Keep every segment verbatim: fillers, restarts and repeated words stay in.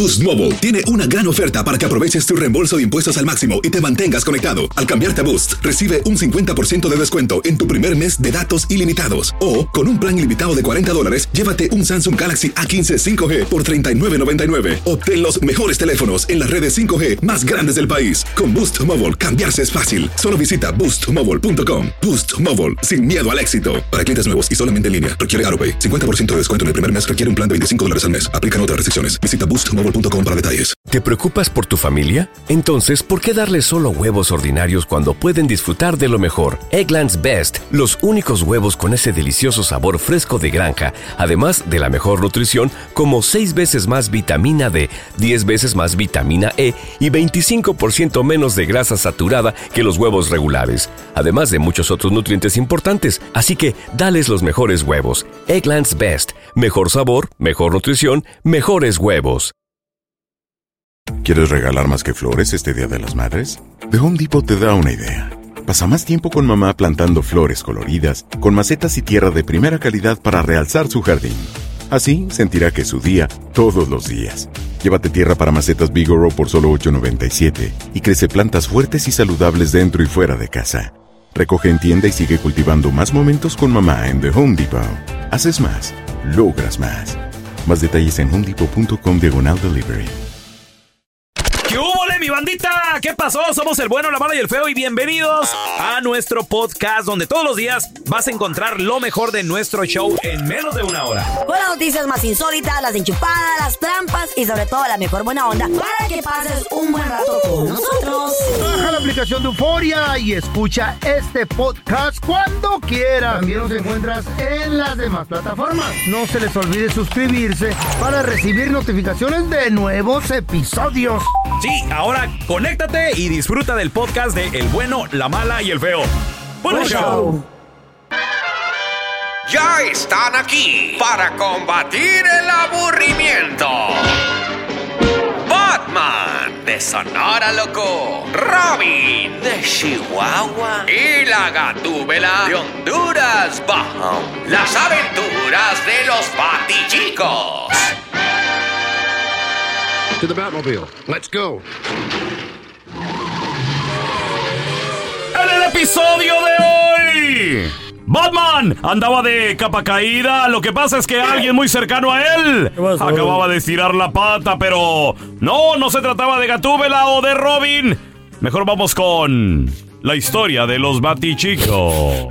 Boost Mobile tiene una gran oferta para que aproveches tu reembolso de impuestos al máximo y te mantengas conectado. Al cambiarte a Boost, recibe un cincuenta por ciento de descuento en tu primer mes de datos ilimitados. O, con un plan ilimitado de cuarenta dólares, llévate un Samsung Galaxy A quince cinco G por treinta y nueve noventa y nueve. Obtén los mejores teléfonos en las redes cinco G más grandes del país. Con Boost Mobile, cambiarse es fácil. Solo visita boost mobile punto com. Boost Mobile, sin miedo al éxito. Para clientes nuevos y solamente en línea, requiere AutoPay. cincuenta por ciento de descuento en el primer mes requiere un plan de veinticinco dólares al mes. Aplican otras restricciones. Visita boost mobile punto com para detalles. ¿Te preocupas por tu familia? Entonces, ¿por qué darles solo huevos ordinarios cuando pueden disfrutar de lo mejor? Eggland's Best, los únicos huevos con ese delicioso sabor fresco de granja, además de la mejor nutrición, como seis veces más vitamina D, diez veces más vitamina E y veinticinco por ciento menos de grasa saturada que los huevos regulares, además de muchos otros nutrientes importantes. Así que, dales los mejores huevos. Eggland's Best, mejor sabor, mejor nutrición, mejores huevos. ¿Quieres regalar más que flores este Día de las Madres? The Home Depot te da una idea. Pasa más tiempo con mamá plantando flores coloridas, con macetas y tierra de primera calidad para realzar su jardín. Así sentirá que es su día todos los días. Llévate tierra para macetas Bigoro por solo ocho noventa y siete y crece plantas fuertes y saludables dentro y fuera de casa. Recoge en tienda y sigue cultivando más momentos con mamá en The Home Depot. Haces más, logras más. Más detalles en homedepot.com diagonal delivery. ¿Qué hubo, mi bandita? ¿Qué pasó? Somos el bueno, la mala y el feo y bienvenidos a nuestro podcast donde todos los días vas a encontrar lo mejor de nuestro show en menos de una hora. Con las noticias más insólitas, las enchupadas, las trampas y sobre todo la mejor buena onda para que pases un buen rato con nosotros. Baja la aplicación de Euforia y escucha este podcast cuando quieras. También nos encuentras en las demás plataformas. No se les olvide suscribirse para recibir notificaciones de nuevos episodios. Sí, ahora conéctate y disfruta del podcast de El Bueno, la Mala y el Feo. ¡Buen show! show! Ya están aquí para combatir el aburrimiento. Batman de Sonora Loco, Robin de Chihuahua y la Gatúbela de Honduras Bajo. Las aventuras de los Batichicos. To the Batmobile. Let's go. En el episodio de hoy, Batman andaba de capa caída. Lo que pasa es que alguien muy cercano a él acababa de estirar la pata, pero no, no se trataba de Gatúbela o de Robin. Mejor vamos con la historia de los Batichicos.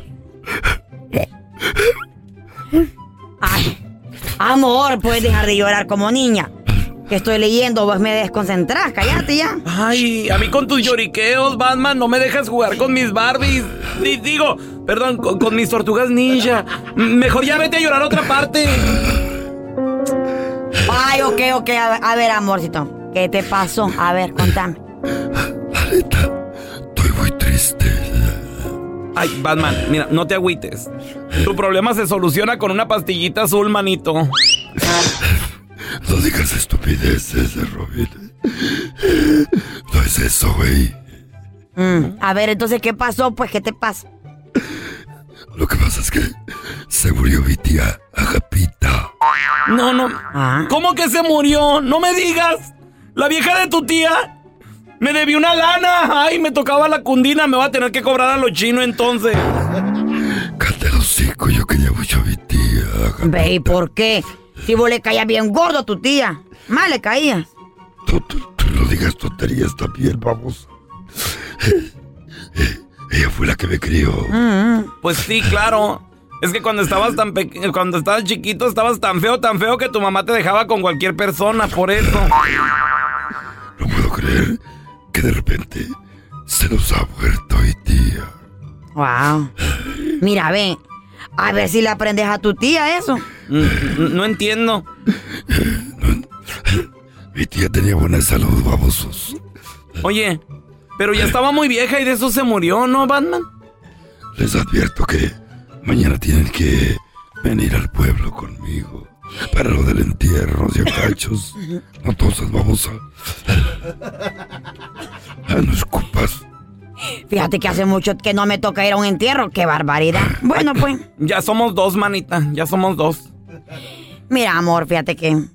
Ay, amor, puedes dejar de llorar como niña. Que estoy leyendo, vos me desconcentrás, cállate ya. Ay, a mí con tus lloriqueos, Batman, no me dejas jugar con mis Barbies. D- digo, perdón, con, con mis tortugas ninja. Mejor ya vete a llorar a otra parte. Ay, ok, ok, a, a ver, amorcito, ¿qué te pasó? A ver, contame. La neta, estoy muy triste. Ay, Batman, mira, no te agüites. Tu problema se soluciona con una pastillita azul, manito. No digas estupideces, Robin. No es eso, güey. Mm, a ver, entonces, ¿qué pasó? Pues, ¿qué te pasa? Lo que pasa es que se murió mi tía Agapita. No, no. ¿Ah? ¿Cómo que se murió? No me digas. La vieja de tu tía me debió una lana. Ay, me tocaba la cundina. Me va a tener que cobrar a los chinos entonces. Cállate el hocico, yo quería mucho a mi tía Agapita. Ve, ¿y por qué? Si vos le caías bien gordo a tu tía. Mal le caías. Tú, tú, tú no digas tonterías también, vamos. Eh, eh, ella fue la que me crió. Mm-hmm. Pues sí, claro. Es que cuando estabas tan pequeño, cuando estabas chiquito, estabas tan feo, tan feo que tu mamá te dejaba con cualquier persona, por eso. No puedo creer que de repente se nos ha muerto mi tía. Wow. Mira, ve. A ver si le aprendes a tu tía eso. No, no entiendo. No, mi tía tenía buena salud, babosos. Oye, pero ya estaba muy vieja y de eso se murió, ¿no, Batman? Les advierto que mañana tienen que venir al pueblo conmigo para lo del entierro de cachos. No tosas, babosa. Ah, no escupas. Fíjate que hace mucho que no me toca ir a un entierro. ¡Qué barbaridad! Bueno, pues. Ya somos dos, manita. Ya somos dos. Mira, amor, fíjate que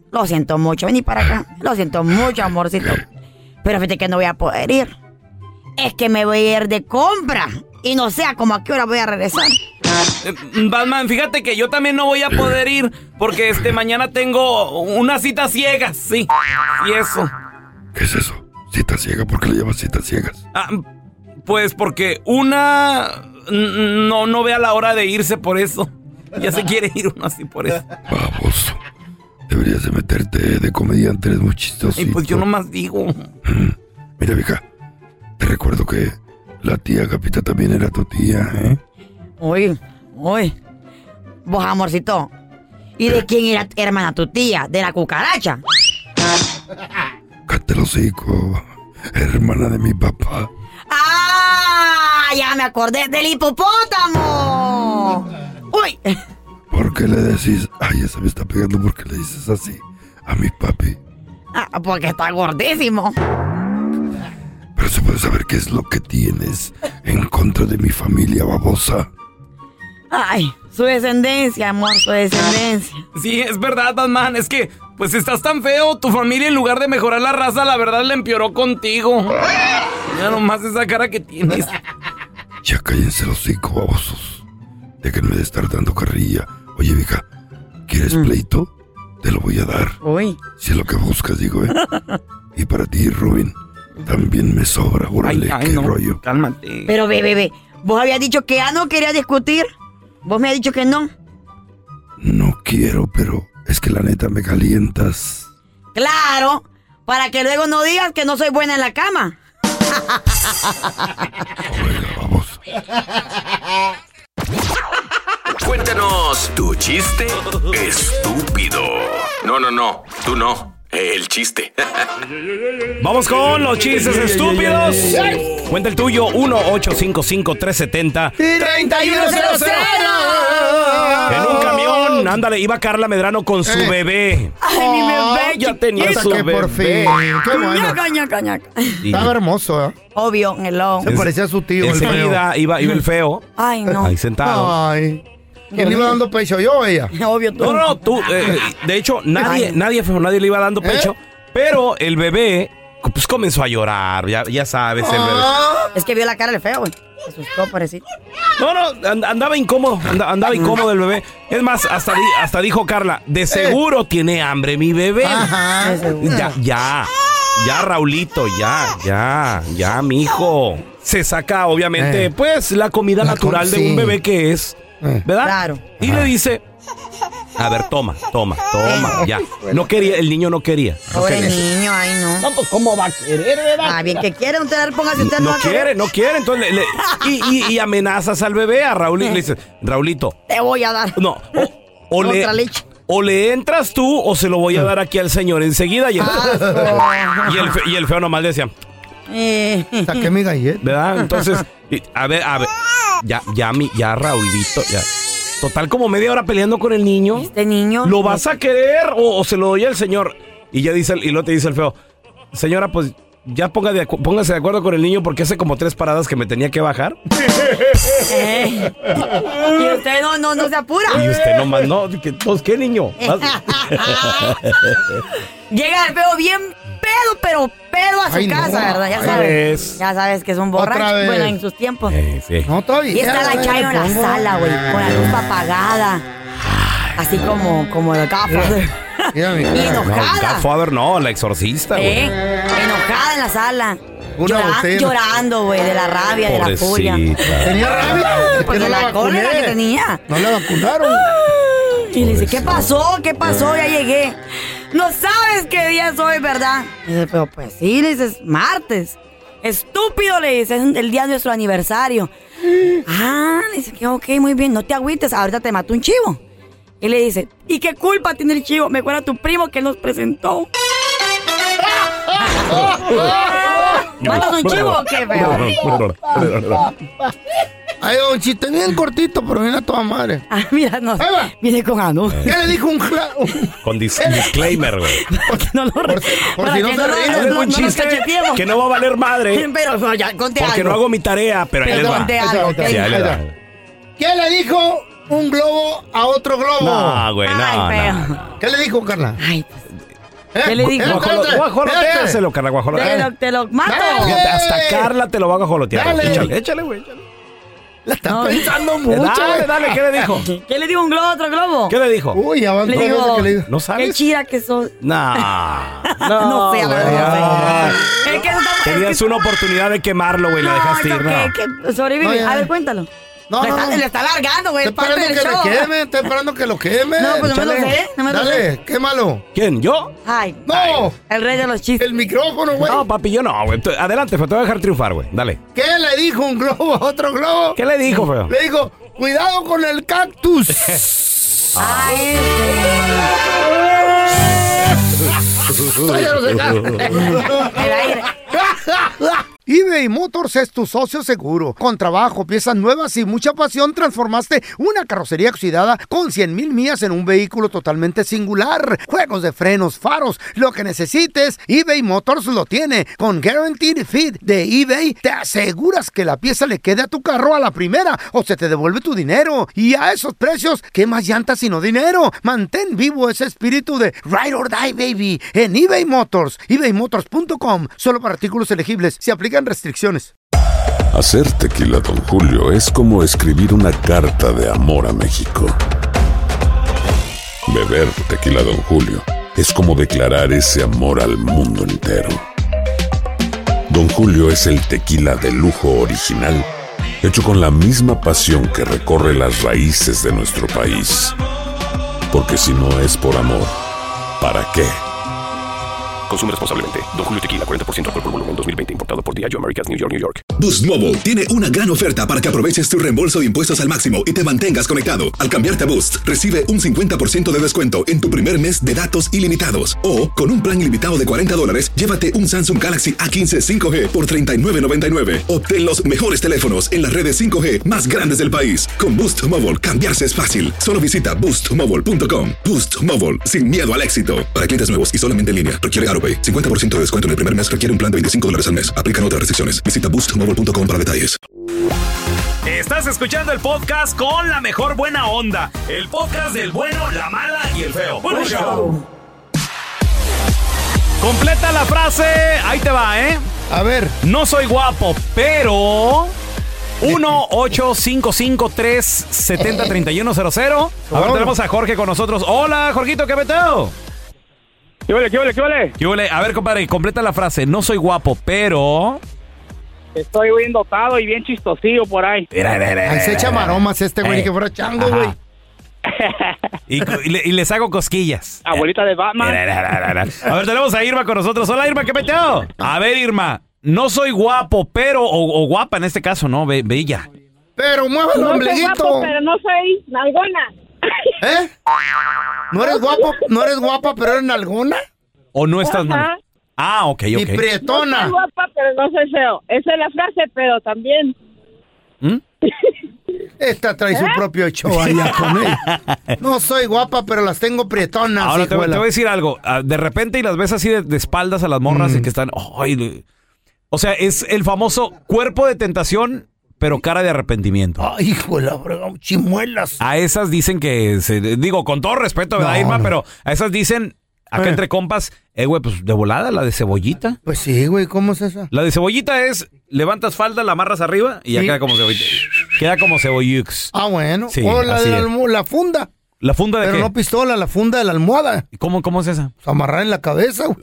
lo siento mucho, vení para acá. Lo siento mucho, amorcito. Pero fíjate que no voy a poder ir. Es que me voy a ir de compra. Y no sé a cómo a qué hora voy a regresar. Eh, Batman, fíjate que yo también no voy a poder ir. Porque este mañana tengo una cita ciegas, sí. Y eso. ¿Qué es eso? ¿Cita ciega? ¿Por qué le llamas citas ciegas? Ah, pues porque una no, no ve a la hora de irse por eso. Ya se quiere ir uno así por eso. Baboso. Deberías de meterte de comediante, eres muy chistoso. Y pues yo nomás digo. Mm. Mira, vieja, te recuerdo que la tía Agapita también era tu tía, ¿eh? Uy, uy. Vos, amorcito. ¿Y de quién era hermana tu tía? ¿De la cucaracha? Cállate el hocico, hermana de mi papá. ¡Ah! Ya me acordé del hipopótamo. ¡Uy! ¿Por qué le decís? Ay, esa me está pegando porque le dices así a mi papi. Ah, porque está gordísimo. Pero se puede saber qué es lo que tienes en contra de mi familia, babosa. Ay, su descendencia, amor, su descendencia. Sí, es verdad, Batman. Es que, pues estás tan feo. Tu familia, en lugar de mejorar la raza, la verdad la empeoró contigo. Ya nomás esa cara que tienes. Ya cállense los hocico, babosos. Déjenme de estar dando carrilla. Oye, vieja, ¿quieres mm. pleito? Te lo voy a dar. Uy. Si es lo que buscas, digo, ¿eh? Y para ti, Robin, también me sobra. Órale, ay, ay, qué no, rollo. Cálmate. Pero, bebé, bebé, vos habías dicho que ya no querías discutir. Vos me has dicho que no. No quiero, pero es que la neta me calientas. Claro, para que luego no digas que no soy buena en la cama. Oiga, vamos. Cuéntanos tu chiste estúpido. No, no, no, tú no. El chiste. Vamos con los chistes estúpidos. Cuenta el tuyo. uno ocho cinco cinco tres siete cero tres uno cero cero. En un camión, ándale, iba Carla Medrano con su Eh. bebé. Ay, mi bebé. Ya tenía Hasta su que bebé. por fin. Qué bueno. Ñaca, ñaca, ñaca. Y Estaba hermoso, ¿eh? Obvio, hello. Se parecía a su tío. el feo. enseguida iba, iba el feo. Ay, no. Ahí sentado. Ay. ¿Quién iba dando pecho? ¿Yo o ella? Obvio, tú. No, no, tú. eh, de hecho, nadie, Ay. nadie, feo, nadie le iba dando ¿Eh? pecho. Pero el bebé, pues comenzó a llorar. Ya, ya sabes, el bebé. Es que vio la cara del feo, güey. Se asustó, parecía. No, no, and- andaba incómodo, and- andaba incómodo el bebé. Es más, hasta, di- hasta dijo Carla, de seguro tiene hambre mi bebé. Ajá. Ya, ya, ya, Raulito, ya, ya, ya, mijo. Se saca, obviamente, Eh. pues, la comida La natural com- de sí. un bebé que es, Eh. ¿verdad? Claro. Y le dice, a ver, toma, toma, toma, ya. No quería, el niño no quería. No Pobre quería. niño, ay, no. No, pues, ¿cómo va a querer, verdad? Ah, bien que quiere, usted póngase usted No va a querer. quiere, no quiere. Entonces, le- le- y, y- y amenazas al bebé, a Raúl, y le dices, Raulito, Te voy a dar. no, o, o le, Otra leche. o le entras tú o se lo voy a dar aquí al señor enseguida. Y el, y el, fe- y el feo nomás le decía, Eh. Saqué mi galleta. ¿verdad? Entonces, y- a ver, a ver, ya, ya, mi, ya, Raulito, ya. Total, como media hora peleando con el niño. Este niño. ¿Lo vas a querer o, o se lo doy al señor? Y ya dice, el- y luego te dice el feo, señora, pues ya ponga de acu- póngase de acuerdo con el niño porque hace como tres paradas que me tenía que bajar. Eh. Y usted no, no, no se apura. Y usted no mandó, ¿qué, pues, ¿qué niño? Vas- Llega el feo bien pedo, pero pedo a su Ay, no. casa, ¿verdad? Ya Ay, sabes. es. Ya sabes que es un borracho. Otra vez. Bueno, en sus tiempos. Eh, sí. No, todavía. Y está la Chayo en la ¿Cómo? sala, güey, con la luz apagada. Así como, como el Godfather. Mira, mi Y cara. No, enojada. Godfather no, la exorcista, güey. ¿Eh? Enojada en la sala. Una Llora- botella. llorando, güey, de la rabia, de la furia. Pobrecita. ¿Tenía rabia? Es Pues que de no la cólera vacuné. que tenía. No la vacunaron. Y le dice, ¿qué pasó? ¿Qué pasó? Ya llegué. No sabes qué día es hoy, ¿verdad? Y dice, pero pues sí, le dices, martes. Estúpido, le dice, es el día de nuestro aniversario. Ah, le dice, que ok, muy bien, no te agüites, ahorita te mató un chivo. Y le dice, ¿y qué culpa tiene el chivo? Me acuerda tu primo que nos presentó. ¿Matas un chivo o qué, feo? Hay un chiste bien cortito, pero viene a toda madre. Ah, mira, no, Ahí va. viene con Anu. ¿Qué le dijo un, cla- un- Con dis- disclaimer, güey. Porque no lo Por si- por para si no que se lo- ríen, no- Es no- un no nos chiste cacheteemos. que no va a valer madre Pero no, ya, conté porque algo. no hago mi tarea, pero ahí Pero les va. conté Ahí algo, está, ¿ok? Sí, ahí les Ahí va. está. ¿Qué le dijo un globo a otro globo? No, güey, no, Ay, no, feo. no. ¿Qué le dijo, Carla? Ay, pues, ¿Qué le dijo? Guajolo- Guajoloteaselo, Carla, Te guajolotea. lo, te lo mato. Fíjate, hasta Carla te lo va a guajolotear. Dale. Échale, échale, güey. échale. La está No, pensando Eh, mucho. Dale, dale, ¿qué le dijo? ¿Qué le dijo un globo a otro globo? ¿Qué le dijo? Uy, ya van Le tres digo, veces que le digo. ¿No Qué sabes? chida que sos. No. No sé, a ver, no sé. Es que eso está- Tenías es que- una oportunidad de quemarlo, güey, la No, dejaste ir, eso no. que- que sobrevive. No, ya. A ver, cuéntalo. No, le, no, está, no. le está alargando, güey. Estoy Es parte esperando del que show. le queme, estoy esperando que lo queme. No, pues no me lo Échale. sé, no me lo Dale, quémalo. ¿Quién? ¿Yo? Ay, No, el rey de los chistes. el micrófono, güey. No, papi, yo no, güey. Tú- Adelante, feo, te voy a dejar triunfar, güey. Dale. ¿Qué le dijo un globo a otro globo? ¿Qué le dijo, feo? Le dijo, cuidado con el cactus. Ay, Tráiganos acá. el aire. eBay Motors es tu socio seguro. Con trabajo, piezas nuevas y mucha pasión, transformaste una carrocería oxidada con cien mil millas en un vehículo totalmente singular. Juegos de frenos, faros, lo que necesites, eBay Motors lo tiene. Con Guaranteed Fit de eBay, te aseguras que la pieza le quede a tu carro a la primera o se te devuelve tu dinero. Y a esos precios, ¿qué más llantas sino dinero? Mantén vivo ese espíritu de Ride or Die, baby, en eBay Motors. ebay motors punto com. Solo para artículos elegibles. Se aplican restricciones. Hacer tequila, Don Julio, es como escribir una carta de amor a México. Beber tequila, Don Julio, es como declarar ese amor al mundo entero. Don Julio es el tequila de lujo original, hecho con la misma pasión que recorre las raíces de nuestro país. Porque si no es por amor, ¿para qué? Consume responsablemente. Don Julio Tequila, cuarenta por ciento alcohol por volumen, dos mil veinte. Importado por Diageo Americas, New York, New York. Boost Mobile tiene una gran oferta para que aproveches tu reembolso de impuestos al máximo y te mantengas conectado. Al cambiarte a Boost, recibe un cincuenta por ciento de descuento en tu primer mes de datos ilimitados. O, con un plan ilimitado de cuarenta dólares, llévate un Samsung Galaxy A quince cinco G por treinta y nueve noventa y nueve. Obtén los mejores teléfonos en las redes cinco G más grandes del país. Con Boost Mobile, cambiarse es fácil. Solo visita boost mobile punto com. Boost Mobile, sin miedo al éxito. Para clientes nuevos y solamente en línea, requiere AutoPay. cincuenta por ciento de descuento en el primer mes, requiere un plan de veinticinco dólares al mes. Aplican otras restricciones. Visita boost mobile punto com para detalles. Estás escuchando el podcast con la mejor buena onda. El podcast del bueno, la mala y el feo. ¡Buen show! Completa la frase. Ahí te va, ¿eh? A ver. No soy guapo, pero... uno ocho cinco cinco tres siete cero tres uno cero cero. A ver, tenemos a Jorge con nosotros. Hola, Jorgito, ¿qué peteo? ¿Qué vale, qué vale, qué vale? ¿Qué huele? A ver, compadre, completa la frase. No soy guapo, pero... Estoy bien dotado y bien chistosillo por ahí. Ahí se echa maromas este güey, Eh. que fuera chango, Ajá. güey. Y, y le- y les hago cosquillas. Abuelita de Batman. A ver, tenemos a Irma con nosotros. Hola, Irma, ¿qué peteo? A ver, Irma, no soy guapo, pero... O, o guapa en este caso, ¿no? Be- bella. Pero mueve el No soy ombliguito. guapo, pero no soy nalgona. ¿Eh? ¿No eres guapo? ¿No eres guapa, pero eres nalgona? ¿O no estás Ajá. mal? Ah, ok, Y ok. No prietona. soy guapa, pero no soy feo. Esa es la frase, pero también. ¿Mm? Esta trae su propio show allá con él. No soy guapa, pero las tengo prietonas. Ahora te, te hijuela. voy a decir algo. Ah, De repente y las ves así de, de espaldas a las morras Mm. y que están... ay, le- o sea, es el famoso cuerpo de tentación, pero cara de arrepentimiento. Ay, hijo de la brega, chimuelas. A esas dicen que... Se, digo, con todo respeto, ¿verdad, No, Irma? no. Pero a esas dicen, acá Eh. entre compas, eh, güey, pues de volada, la de cebollita. Pues sí, güey, ¿cómo es esa? La de cebollita es, levantas falda, la amarras arriba y ya Sí. queda como cebollita. Queda como cebollux. Ah, bueno. Sí, o la así de la, es. almo- la funda. ¿La funda de Pero qué? no pistola, la funda de la almohada. ¿Cómo, ¿Cómo es esa? Pues amarrar en la cabeza, güey.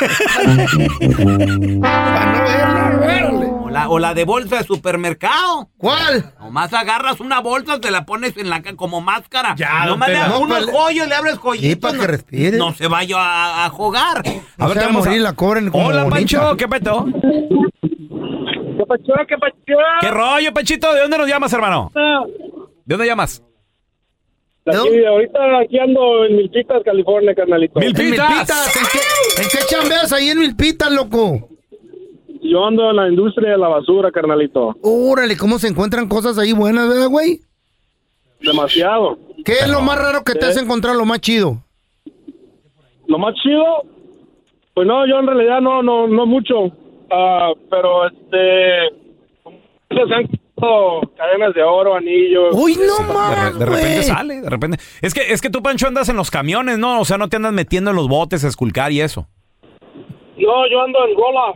Para no verla, verle. O la, o la de bolsa de supermercado. ¿Cuál? Nomás agarras una bolsa, te la pones en la ca- como máscara. Ya, Nomás don le Tela. das No, unos pa- joyos, le abres Sí, joyitos. para que no- respire. No se vaya a, a jugar. A ver, No se va a tenemos a- morir, la cobren como Hola, bonita. Pancho, ¿qué peto? ¿Qué pacho, qué pacho? ¿Qué rollo, Panchito? ¿De dónde nos llamas, hermano? ¿De dónde llamas? ¿De Aquí, dónde? ahorita aquí ando en Milpitas, California, carnalito. Mil- En Milpitas. Milpitas. ¿En qué, ¿En qué chambeas ahí en Milpitas, loco? Yo ando en la industria de la basura, carnalito. Órale, ¿cómo se encuentran cosas ahí buenas, verdad, güey? Demasiado. ¿Qué es lo más raro que te ¿Qué? has encontrado, lo más chido? Lo más chido, pues no, yo en realidad no, no, no mucho. Ah, pero este, cosas han, cadenas de oro, anillos. Uy, no Sí, de, más, re- de repente güey. sale, de repente. Es que, es que tú, Pancho, andas en los camiones, ¿no? O sea, no te andas metiendo en los botes a esculcar y eso. No, yo ando en gola,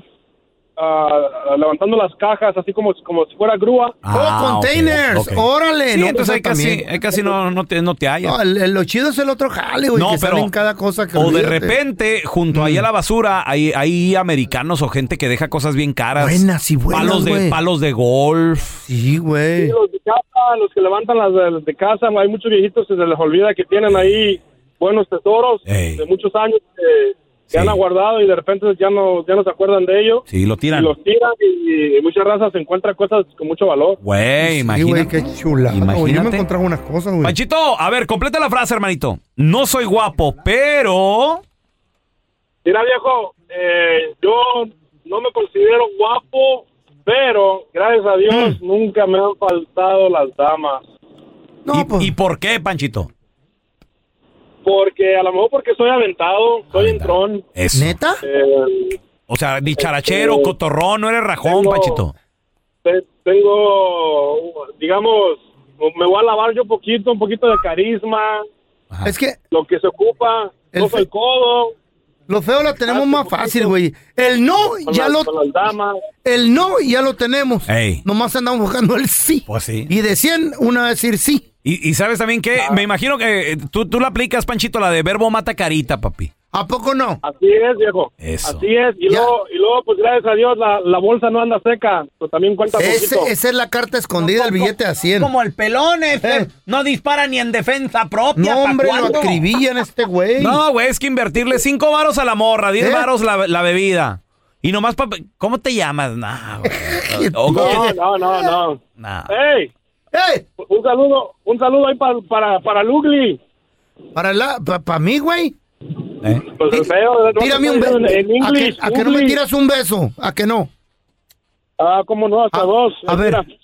ah, levantando las cajas, así como, como si fuera grúa. Ah, oh, containers. ok, ok. Órale. Sí, no, entonces pues, ahí casi, también. ahí casi no, no te, no te hallas. No, el- el- lo chido es el otro jale, güey. No, que pero- salen cada cosa que O de olvídate. repente, junto ahí a la basura, hay, hay americanos o gente que deja cosas bien caras. Buenas y buenas, palos de güey. Palos de golf. Sí, güey. Sí, los de casa, los que levantan las de, de casa, hay muchos viejitos que se les olvida que tienen ahí buenos tesoros Ey. de muchos años que, que Sí. han aguardado y de repente ya no, ya no se acuerdan de ellos. Sí, lo Y tiran. los tiran y, y muchas razas se encuentran cosas con mucho valor. Güey, Sí, imagínate. güey, qué chula. Yo me Imagínate. encontraba unas cosas, güey. Panchito, a ver, completa la frase, hermanito. No soy guapo, pero... Mira, viejo, eh, yo no me considero guapo, pero gracias a Dios nunca me han faltado las damas. No, ¿Y, pues. ¿Y por qué, Panchito? Porque a lo mejor porque soy aventado, soy entrón. Eso. ¿Neta? Eh, O sea, dicharachero, Este, cotorrón, no eres rajón, tengo- Panchito. te- tengo, digamos, me voy a lavar yo poquito, un poquito de carisma, Ajá. Es que lo que se ocupa, El no soy fe- codo, lo feo lo tenemos Ah, más poquito. fácil, güey. El no con, ya las, lo con las damas. el no ya lo tenemos. Ey. Nomás andamos buscando el sí. Pues sí. Y de cien, una va a decir sí. Y, y sabes también que me imagino que eh, tú, tú la aplicas, Panchito, la de verbo mata carita, papi. ¿A poco no? Así es, viejo. Eso. Así es. Y Ya. luego, y luego, pues gracias a Dios, la, la bolsa no anda seca. Pues también cuenta Ese- poquito. esa es la carta escondida, el billete a cien. Como el pelón este. Eh. No dispara ni en defensa propia. No, ¿pa' hombre, lo cuándo? acribillan este güey. No, güey, es que invertirle cinco varos a la morra, diez ¿Eh? varos la, la bebida. Y nomás pa... ¿Cómo te llamas? Nah, güey. O- o- No, no, no, no. Nah. ¡Ey! ¡Eh! Un saludo, un saludo ahí pa- para, para Lugli. Para la, para mí, güey. ¿Eh? Pues el feo. no Tírame te un beso. puedo decir En ¿A que, inglés. a que no me tiras un beso? ¿A que no? Ah, cómo no, hasta Ah, dos. a ver. Mira.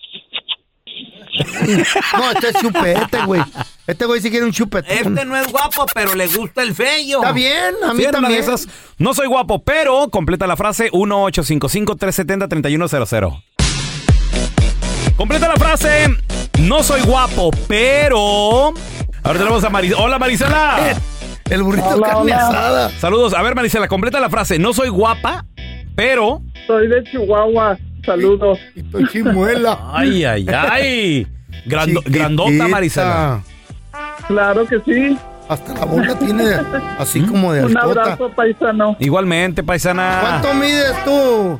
No, este es chupete, güey. Este güey sí quiere un chupetón. Este no es guapo, pero le gusta el feo. Está bien, a mí Sí, era una de también. esas. No soy guapo, pero completa la frase uno ocho cinco cinco, tres siete cero, tres uno cero cero. Completa la frase. No soy guapo, pero... Ahora tenemos a Marisela. Hola, Marisela. El burrito Hola, carne hola. asada. Saludos. A ver, Marisela, completa la frase. No soy guapa, pero... Soy de Chihuahua. Saludos. Estoy chimuela. Ay, ay, ay. Grando- Chiquitita. grandota, Marisela. Claro que sí. Hasta la boca tiene así como de Un altota. abrazo, paisano. Igualmente, paisana. ¿Cuánto mides tú?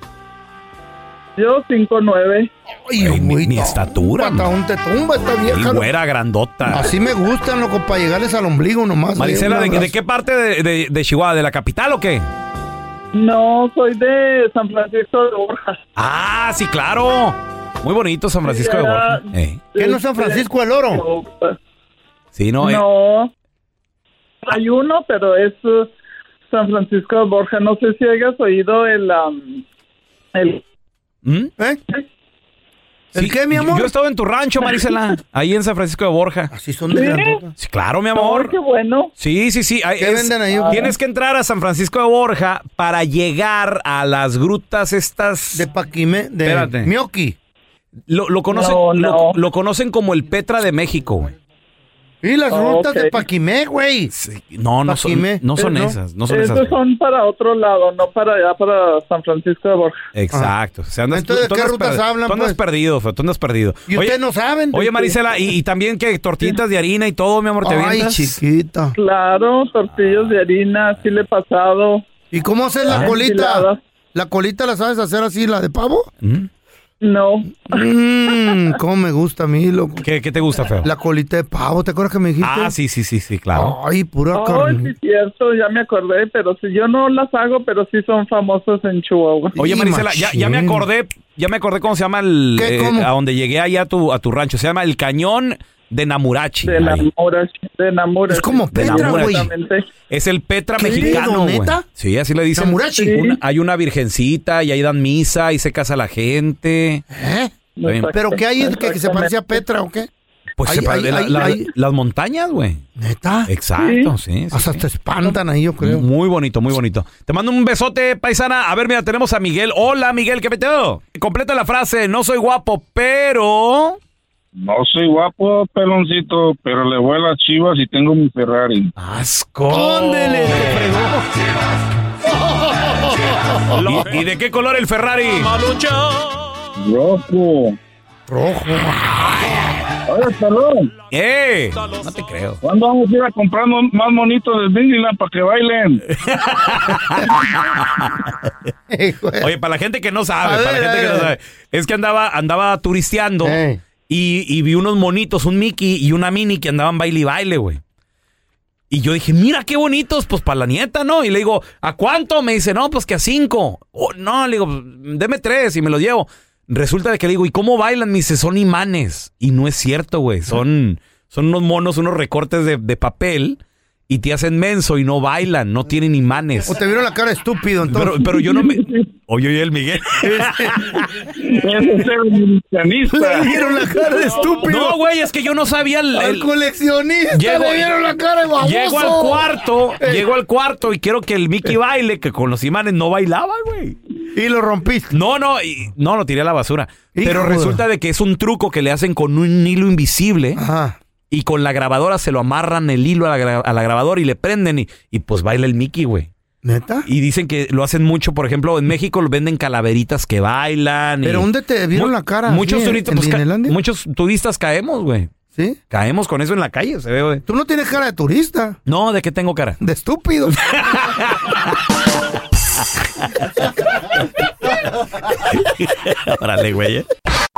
Yo cinco nueve. Ay, Ay, mi- güey, mi no, estatura, patadón te tumba esta Y vieja. güera, grandota. Así me gustan, loco, para llegarles al ombligo nomás. Marisela, eh, ¿de, un de abrazo. qué parte de, de- de Chihuahua? ¿De la capital o qué? No, soy de San Francisco de Borja. Ah, sí, claro. Muy bonito San Francisco de Borja. Eh, ¿Qué no es San Francisco del Oro? Sí, no. eh. No. Hay uno, pero es uh, San Francisco de Borja. No sé si hayas oído el... um, el ¿Mm? ¿Eh? Sí, ¿El qué, mi amor? Yo he estado en tu rancho, Marisela. Ahí en San Francisco de Borja. Así son de ¿Sí? grandotas. Sí, claro, mi Ay, amor. qué bueno. Sí, sí, sí. Ay, ¿Qué es- venden ahí? Tienes que entrar a San Francisco de Borja para llegar a las grutas estas. De Paquimé, de Espérate. Mioki. Lo, lo conocen, No, lo- no. Lo, conocen como el Petra de México, güey. Y las Oh, rutas de ok. Paquimé, güey. Sí, No, no son, Paquimé, no son ¿no? esas. No son esas. Esos güey. son para otro lado, no para allá, para San Francisco de Borja. Exacto. O sea, andas- Entonces, tú- tú ¿de qué andas rutas per- hablan, Tú andas pues? perdido, feo, tú andas perdido. Y Oye, ustedes no saben. oye, Marisela, y, y también que tortillitas de harina y todo, mi amor, ¿te Ay, avientas? chiquita. Claro, tortillas de harina, sí le he pasado. ¿Y cómo haces la Ah. colita? Enchiladas. ¿La colita la sabes hacer así, la de pavo? ¿Mm? No. Mmm, cómo me gusta a mí, loco. ¿Qué, qué te gusta, feo? La colita de pavo, ¿te acuerdas que me dijiste? Ah, sí, sí, sí, sí, claro. Ay, pura Ay, carne. sí es cierto, ya me acordé, pero si yo no las hago, pero sí son famosos en Chihuahua. Oye, Sí, Marisela, ya, ya me machín. acordé, ya me acordé cómo se llama el ¿Qué? eh, ¿Cómo? a donde llegué allá a tu, a tu rancho. Se llama el Cañón de Namurachi. De Ahí. Namurachi, de Namurachi. Es como De Petra, güey. Exactamente. Es el Petra ¿Qué? mexicano, güey. ¿Neta? Sí, así le dicen. Namurachi. Sí. Una- hay una virgencita y ahí dan misa y se casa la gente. ¿Eh? Está bien. ¿Pero qué hay que, que se parece a Petra o qué? Pues Hay- se pa- hay- la- hay- la- hay- las montañas, güey. ¿Neta? Exacto, sí. sí, Hasta sí. te espantan ahí, yo creo. Muy bonito, muy bonito. Te mando un besote, paisana. A ver, mira, tenemos a Miguel. Hola, Miguel, ¿qué peteo? Completa la frase. No soy guapo, pero... No soy guapo, peloncito, pero le voy a las Chivas y tengo mi Ferrari. ¡Asco! ¡Óndele! ¿Y, y de qué color el Ferrari? Rojo. Rojo. Oye, pelón, ¡Eh! No te creo. ¿cuándo vamos a ir a comprar mo- más monitos de Disneyland para que bailen? Oye, para la gente que no sabe, A para ver, la gente a que no ver. sabe, es que andaba, andaba turisteando Ey. y, y vi unos monitos, un Mickey y una Minnie que andaban baile y baile, güey. Y yo dije, mira qué bonitos, pues para la nieta, ¿no? Y le digo, ¿a cuánto? Me dice, no, pues que a cinco. Oh, no, le digo, deme tres y me los llevo. Resulta de que le digo, ¿y cómo bailan? Me dice, son imanes. Y no es cierto, güey. Son, son unos monos, unos recortes de, de papel y te hacen menso y no bailan, no tienen imanes. O te vieron la cara estúpido, entonces. Pero, pero yo no me... Oye, oye, el Miguel. Ese es el militanista. Le vieron la cara de estúpido. No, güey, es que yo no sabía el... Al el- coleccionista Llego- le vieron la cara de baboso. Llego al cuarto, Ey. llego al cuarto y quiero que el Mickey baile, que con los imanes no bailaba, güey. Y lo rompiste. No, no, y- no, lo tiré a la basura. Hijo Pero de- resulta de que es un truco que le hacen con un hilo invisible Ajá. y con la grabadora se lo amarran el hilo a la, gra- a la grabadora y le prenden y, y pues baila el Mickey, güey. ¿Neta? Y dicen que lo hacen mucho, por ejemplo, en México lo venden calaveritas que bailan. y- ¿Pero dónde te vieron Mu- la cara? Muchos ¿Sí, en- turistas, en pues, ca- Disneylandia? muchos turistas caemos, güey. ¿Sí? Caemos con eso en la calle, se ve, güey. Tú no tienes cara de turista. No, ¿de qué tengo cara? De estúpido. Órale, güey. ¿eh?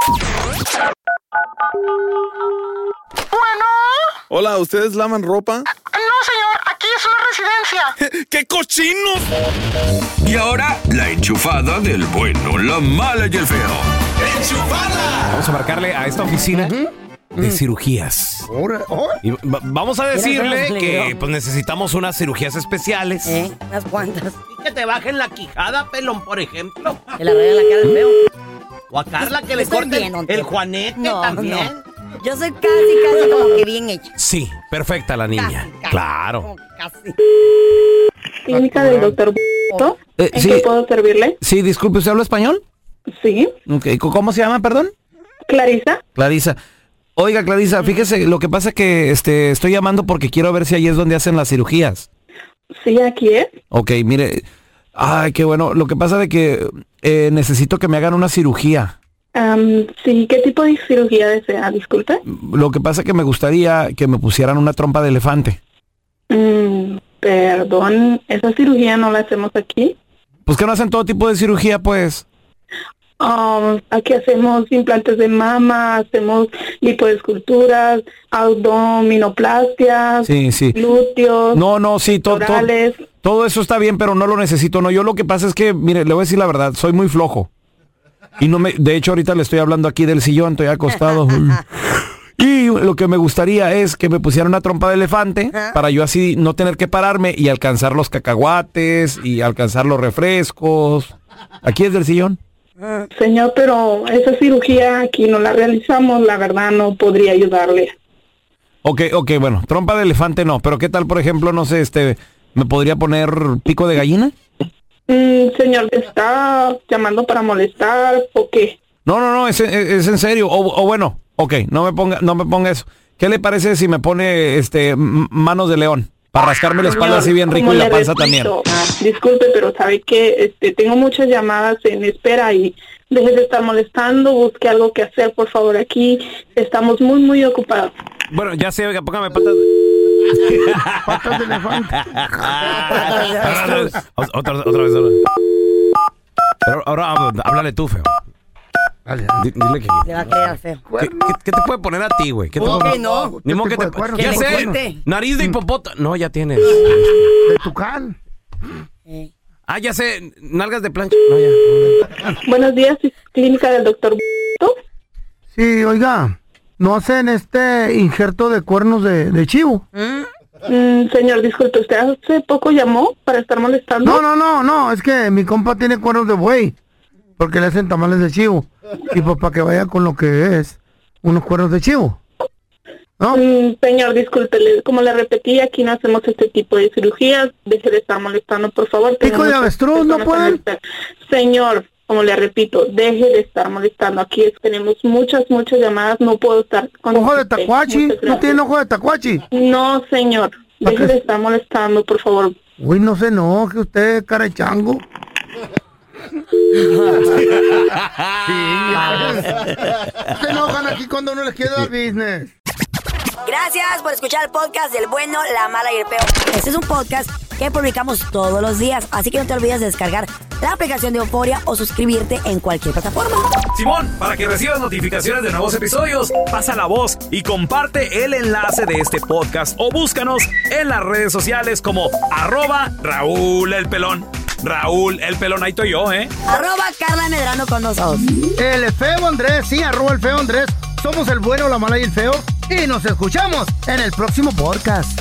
Hola, ¿ustedes lavan ropa? No, señor, aquí es una residencia. ¡Qué cochinos! Y ahora, la enchufada del bueno, la mala y el feo. Vamos a marcarle a esta oficina de cirugías. Ahora, ahora. Y va- vamos a decirle Mira, que peligro. pues necesitamos unas cirugías especiales. ¿Eh? Unas cuantas. Y que te bajen la quijada, pelón, por ejemplo. Que le rayan la cara al feo. O a Carla que le Estoy corten bien, don el Tela. juanete No, también. no. Yo soy casi, casi como que bien hecha. Sí, perfecta la niña. Casi, casi, Claro. como que casi. Clínica del doctor Eh, ¿En sí. qué puedo servirle? Sí, disculpe, ¿usted habla español? Sí. Okay. ¿Cómo se llama, perdón? Clarisa. Clarisa. Oiga, Clarisa, fíjese, lo que pasa es que este, estoy llamando porque quiero ver si ahí es donde hacen las cirugías. Sí, aquí es. Ok, mire. Ay, qué bueno. Lo que pasa de que eh, necesito que me hagan una cirugía. Am, sí, ¿qué tipo de cirugía desea? Disculpe. Lo que pasa es que me gustaría que me pusieran una trompa de elefante. Mm, perdón, esa cirugía no la hacemos aquí. Pues que no hacen todo tipo de cirugía, pues. Um, aquí hacemos implantes de mama, hacemos lipoesculturas, abdominoplastias, Sí, sí. glúteos, No, no, sí, todo, todo, orales. todo eso está bien, pero no lo necesito. No, yo lo que pasa es que, mire, le voy a decir la verdad, soy muy flojo. Y no me, de hecho, ahorita le estoy hablando aquí del sillón, estoy acostado. Y lo que me gustaría es que me pusieran una trompa de elefante para yo así no tener que pararme y alcanzar los cacahuates y alcanzar los refrescos. Aquí es del sillón. Señor, pero esa cirugía aquí no la realizamos, la verdad no podría ayudarle. Ok, ok, bueno, trompa de elefante no, pero ¿qué tal, por ejemplo, no sé, este, me podría poner pico de gallina? Mm, señor, ¿te está llamando para molestar o qué? No, no, no, es, es, es en serio. O, o bueno, ok, no me ponga, no me ponga eso. ¿Qué le parece si me pone este m- manos de león? Para rascarme la espalda así bien rico como y la le panza repito, también. Disculpe, pero sabe que este, tengo muchas llamadas en espera y deje de estar molestando, busque algo que hacer, por favor, aquí estamos muy, muy ocupados. Bueno, ya sé, oiga, póngame patas. Patas de elefante. otra, otra vez, otra vez. Pero ahora hab- háblale tú, feo. Di- Dile que... Le va a quedar feo. ¿Qué, qué, qué te puede poner a ti, güey? ¿Qué te ¿Cómo puede- que no? Ni modo ¿Qué que tipo te... de cuernos? Ya ¿Qué sé, cuernos? nariz de hipopótamo. No, ya tienes. De tucán. Ah, ya sé, nalgas de plancha. No, ya. Buenos días, clínica del doctor. Sí, oiga, ¿no hacen este injerto de cuernos de, de chivo? Mm, señor, disculpe, ¿usted hace poco llamó para estar molestando? No, no, no, no, es que mi compa tiene cuernos de buey, porque le hacen tamales de chivo. Y pues para que vaya con lo que es, unos cuernos de chivo. ¿no? Mm, señor, disculpe, le- como le repetí, aquí no hacemos este tipo de cirugías. Deje de estar molestando, por favor. Pico de Tenemos avestruz, ¿no personas pueden? en el- Señor, como le repito, deje de estar molestando. Aquí es- tenemos muchas, muchas llamadas. No puedo estar con Ojo de usted. tacuachi, Muchas ¿no gracias. tiene ojo de tacuachi? No, señor. Deje qué? de estar molestando, por favor. Uy, no se enoje usted, cara de chango. Se enojan aquí cuando uno les quiere dar business. Gracias por escuchar el podcast del bueno, la mala y el peor. Este es un podcast que publicamos todos los días, así que no te olvides de descargar la aplicación de Euforia o suscribirte en cualquier plataforma. Simón, para que recibas notificaciones de nuevos episodios, pasa la voz y comparte el enlace de este podcast o búscanos en las redes sociales como arroba Raúl el Pelón. Raúl el Pelón, ahí estoy yo, ¿eh? Arroba Carla Medrano con nosotros. El feo Andrés, sí, arroba el feo Andrés. Somos el bueno, la mala y el feo. Y nos escuchamos en el próximo podcast.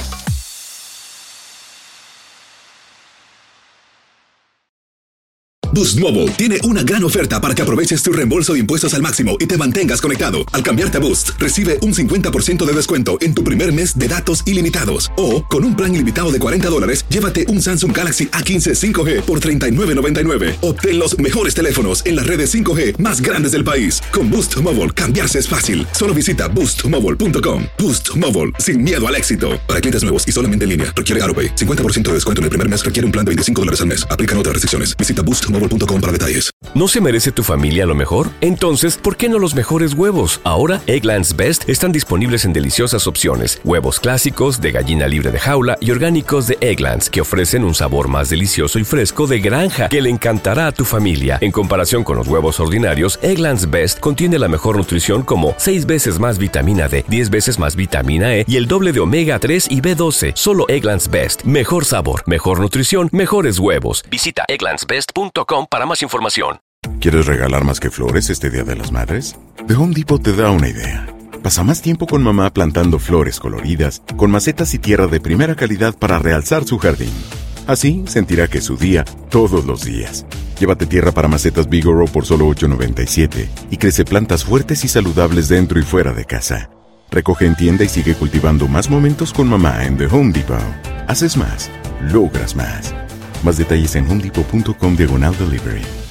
Boost Mobile tiene una gran oferta para que aproveches tu reembolso de impuestos al máximo y te mantengas conectado. Al cambiarte a Boost, recibe un cincuenta por ciento de descuento en tu primer mes de datos ilimitados. O, con un plan ilimitado de cuarenta dólares, llévate un Samsung Galaxy A quince cinco G por treinta y nueve noventa y nueve. Obtén los mejores teléfonos en las redes cinco G más grandes del país. Con Boost Mobile, cambiarse es fácil. Solo visita boost mobile punto com. Boost Mobile, sin miedo al éxito. Para clientes nuevos y solamente en línea, requiere AutoPay. cincuenta por ciento de descuento en el primer mes, requiere un plan de veinticinco dólares al mes. Aplican otras restricciones. Visita boost mobile punto com para detalles. ¿No se merece tu familia lo mejor? Entonces, ¿por qué no los mejores huevos? Ahora, Eggland's Best están disponibles en deliciosas opciones. Huevos clásicos, de gallina libre de jaula y orgánicos de Eggland's, que ofrecen un sabor más delicioso y fresco de granja que le encantará a tu familia. En comparación con los huevos ordinarios, Eggland's Best contiene la mejor nutrición como seis veces más vitamina D, diez veces más vitamina E y el doble de omega tres y B doce. Solo Eggland's Best. Mejor sabor, mejor nutrición, mejores huevos. Visita egglands best punto com para más información. ¿Quieres regalar más que flores este Día de las Madres? The Home Depot te da una idea. Pasa más tiempo con mamá plantando flores coloridas, con macetas y tierra de primera calidad para realzar su jardín. Así sentirá que es su día todos los días. Llévate tierra para macetas Bigoro por solo ocho noventa y siete y crece plantas fuertes y saludables dentro y fuera de casa. Recoge en tienda y sigue cultivando más momentos con mamá en The Home Depot. Haces más, logras más. Más detalles en homedepot punto com diagonal delivery.